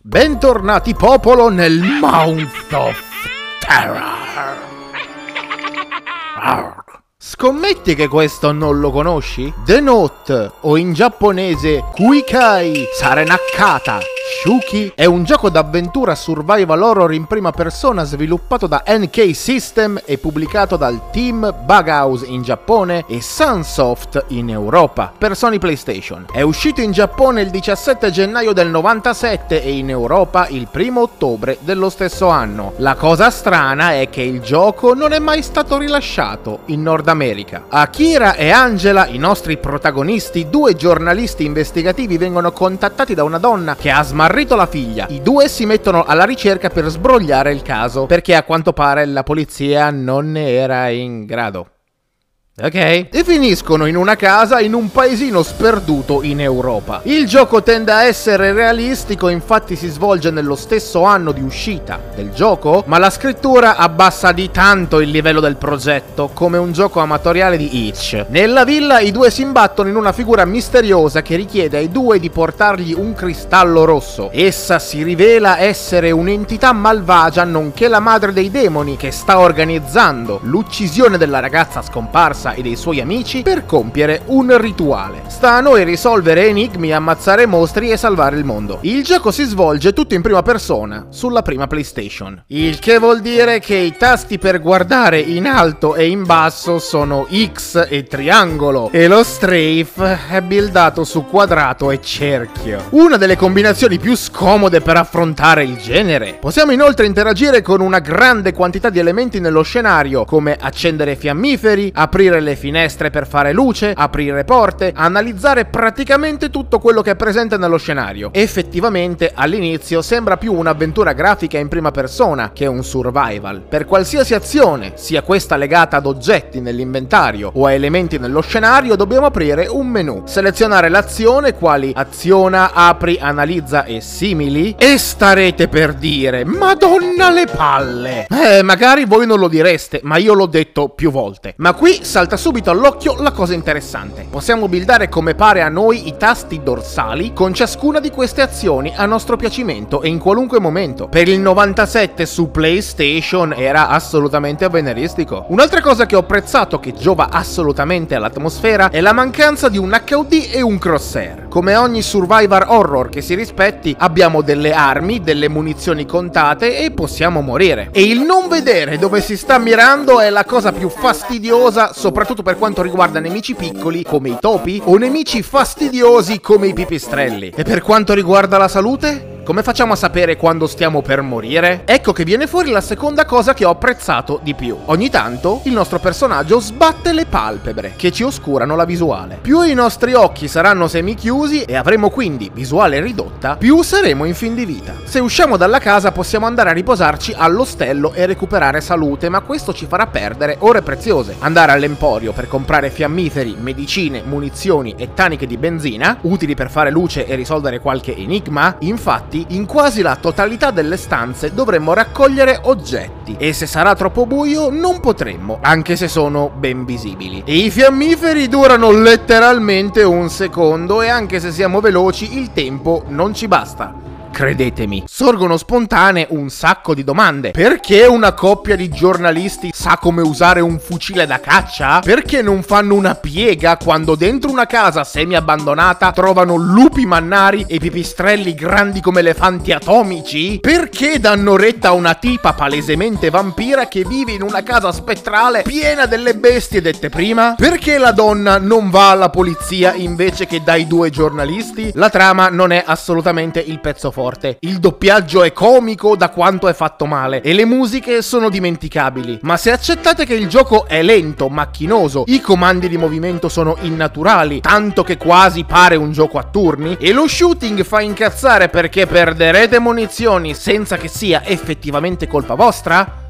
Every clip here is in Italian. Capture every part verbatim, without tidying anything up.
Bentornati popolo nel Mouth of Terror. Scommetti che questo non lo conosci? The Note, o in giapponese Kuikai Sarenakata Shuki, è un gioco d'avventura survival horror in prima persona sviluppato da N K System e pubblicato dal team Bughouse in Giappone e Sunsoft in Europa per Sony PlayStation. È uscito in Giappone il diciassette gennaio del novantasette e in Europa il primo ottobre dello stesso anno. La cosa strana è che il gioco non è mai stato rilasciato in Nord America. Akira e Angela, i nostri protagonisti, due giornalisti investigativi, vengono contattati da una donna che ha smarrito la figlia. I due si mettono alla ricerca per sbrogliare il caso, perché a quanto pare la polizia non ne era in grado. Ok. E finiscono in una casa in un paesino sperduto in Europa. Il gioco tende a essere realistico, infatti si svolge nello stesso anno di uscita del gioco, ma la scrittura abbassa di tanto il livello del progetto, come un gioco amatoriale di Itch. Nella villa i due si imbattono in una figura misteriosa che richiede ai due di portargli un cristallo rosso. Essa si rivela essere un'entità malvagia, nonché la madre dei demoni, che sta organizzando l'uccisione della ragazza scomparsa e dei suoi amici per compiere un rituale. Sta a noi risolvere enigmi, ammazzare mostri e salvare il mondo. Il gioco si svolge tutto in prima persona sulla prima PlayStation, il che vuol dire che i tasti per guardare in alto e in basso sono X e triangolo e lo strafe è buildato su quadrato e cerchio, una delle combinazioni più scomode per affrontare il genere. Possiamo inoltre interagire con una grande quantità di elementi nello scenario, come accendere fiammiferi, aprire le finestre per fare luce, aprire porte, analizzare praticamente tutto quello che è presente nello scenario. Effettivamente all'inizio sembra più un'avventura grafica in prima persona che un survival. Per qualsiasi azione, sia questa legata ad oggetti nell'inventario o a elementi nello scenario, dobbiamo aprire un menu, selezionare l'azione quali aziona, apri, analizza e simili, e starete per dire Madonna le palle! Eh, magari voi non lo direste, ma io l'ho detto più volte. Ma qui salta subito all'occhio la cosa interessante. Possiamo buildare come pare a noi i tasti dorsali con ciascuna di queste azioni a nostro piacimento e in qualunque momento. Per il novantasette su PlayStation era assolutamente avveniristico. Un'altra cosa che ho apprezzato, che giova assolutamente all'atmosfera, è la mancanza di un H U D e un crosshair. Come ogni survivor horror che si rispetti, abbiamo delle armi, delle munizioni contate e possiamo morire. E il non vedere dove si sta mirando è la cosa più fastidiosa, soprattutto per quanto riguarda nemici piccoli come i topi o nemici fastidiosi come i pipistrelli. E per quanto riguarda la salute? Come facciamo a sapere quando stiamo per morire? Ecco che viene fuori la seconda cosa che ho apprezzato di più. Ogni tanto il nostro personaggio sbatte le palpebre, che ci oscurano la visuale. Più i nostri occhi saranno semichiusi e avremo quindi visuale ridotta, più saremo in fin di vita. Se usciamo dalla casa possiamo andare a riposarci all'ostello e recuperare salute, ma questo ci farà perdere ore preziose. Andare all'emporio per comprare fiammiferi, medicine, munizioni e taniche di benzina, utili per fare luce e risolvere qualche enigma. Infatti in quasi la totalità delle stanze dovremmo raccogliere oggetti e se sarà troppo buio non potremmo, anche se sono ben visibili. E i fiammiferi durano letteralmente un secondo e anche se siamo veloci il tempo non ci basta. Credetemi, sorgono spontanee un sacco di domande. Perché una coppia di giornalisti sa come usare un fucile da caccia? Perché non fanno una piega quando dentro una casa semi abbandonata trovano lupi mannari e pipistrelli grandi come elefanti atomici? Perché danno retta a una tipa palesemente vampira che vive in una casa spettrale piena delle bestie dette prima? Perché la donna non va alla polizia invece che dai due giornalisti? La trama non è assolutamente il pezzo forte. Il doppiaggio è comico da quanto è fatto male e le musiche sono dimenticabili, ma se accettate che il gioco è lento, macchinoso, i comandi di movimento sono innaturali, tanto che quasi pare un gioco a turni, e lo shooting fa incazzare perché perderete munizioni senza che sia effettivamente colpa vostra,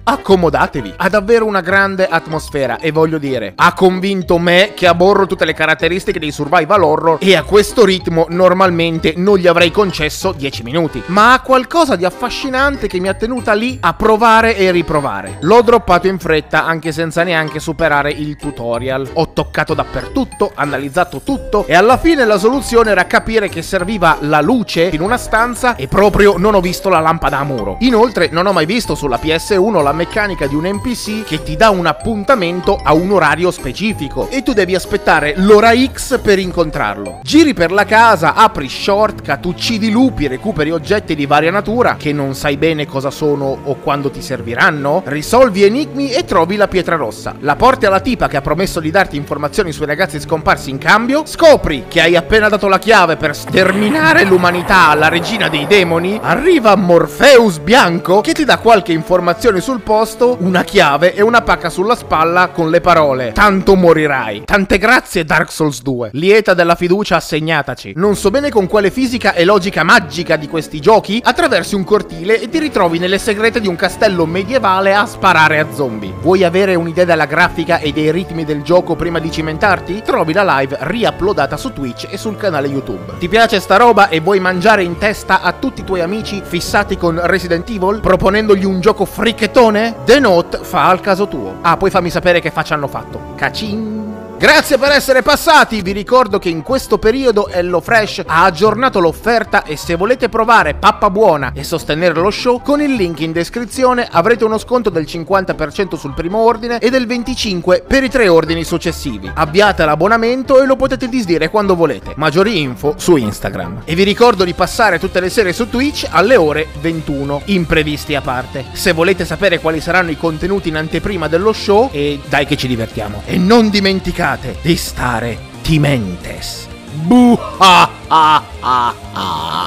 accomodatevi. Ha davvero una grande atmosfera e voglio dire, ha convinto me che aborro tutte le caratteristiche dei survival horror e a questo ritmo normalmente non gli avrei concesso dieci minuti. Ma ha qualcosa di affascinante che mi ha tenuta lì a provare e riprovare. L'ho droppato in fretta anche senza neanche superare il tutorial. Ho toccato dappertutto, analizzato tutto e alla fine la soluzione era capire che serviva la luce in una stanza e proprio non ho visto la lampada a muro. Inoltre non ho mai visto sulla P S uno la meccanica di un N P C che ti dà un appuntamento a un orario specifico e tu devi aspettare l'ora X per incontrarlo. Giri per la casa, apri shortcut, uccidi lupi, recuperi oggetti di varia natura che non sai bene cosa sono o quando ti serviranno, risolvi enigmi e trovi la pietra rossa. La porti alla tipa che ha promesso di darti informazioni sui ragazzi scomparsi in cambio, scopri che hai appena dato la chiave per sterminare l'umanità alla regina dei demoni, arriva Morpheus bianco che ti dà qualche informazione sul posto, una chiave e una pacca sulla spalla con le parole "tanto morirai". Tante grazie Dark Souls due, lieta della fiducia assegnataci. Non so bene con quale fisica e logica magica di questi giochi attraversi un cortile e ti ritrovi nelle segrete di un castello medievale a sparare a zombie. Vuoi avere un'idea della grafica e dei ritmi del gioco prima di cimentarti? Trovi la live riuploadata su Twitch e sul canale YouTube. Ti piace sta roba e vuoi mangiare in testa a tutti i tuoi amici fissati con Resident Evil proponendogli un gioco fricchettone? The Note fa al caso tuo. Ah, poi fammi sapere che faccia hanno fatto. Cacin! Grazie per essere passati, vi ricordo che in questo periodo HelloFresh ha aggiornato l'offerta e se volete provare pappa buona e sostenere lo show, con il link in descrizione avrete uno sconto del cinquanta per cento sul primo ordine e del venticinque per cento per i tre ordini successivi. Avviate l'abbonamento e lo potete disdire quando volete. Maggiori info su Instagram. E vi ricordo di passare tutte le sere su Twitch alle ore ventuno, imprevisti a parte. Se volete sapere quali saranno i contenuti in anteprima dello show, e dai che ci divertiamo. E non dimenticate di stare timentes. Buh ah ah ah ah.